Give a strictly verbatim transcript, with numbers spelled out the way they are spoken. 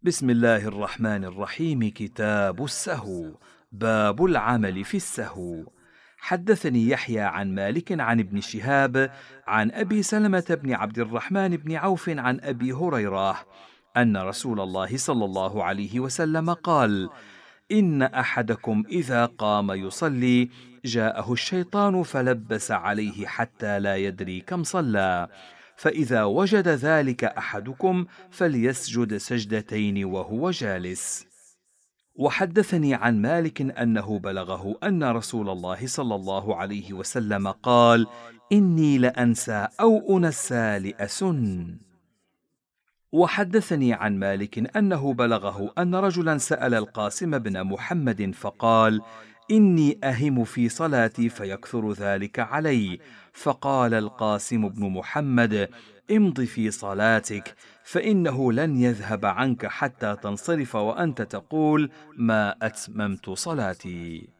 بسم الله الرحمن الرحيم. كتاب السهو. باب العمل في السهو. حدثني يحيى عن مالك عن ابن شهاب عن أبي سلمة بن عبد الرحمن بن عوف عن أبي هريرة أن رسول الله صلى الله عليه وسلم قال: إن أحدكم إذا قام يصلي جاءه الشيطان فلبس عليه حتى لا يدري كم صلى، فإذا وجد ذلك أحدكم فليسجد سجدتين وهو جالس. وحدثني عن مالك أنه بلغه أن رسول الله صلى الله عليه وسلم قال: إني لأنسى أو أنسى لأسن. وحدثني عن مالك أنه بلغه أن رجلا سأل القاسم بن محمد فقال: إني أهم في صلاتي فيكثر ذلك علي، فقال القاسم بن محمد: امض في صلاتك، فإنه لن يذهب عنك حتى تنصرف وأنت تقول: ما أتممت صلاتي.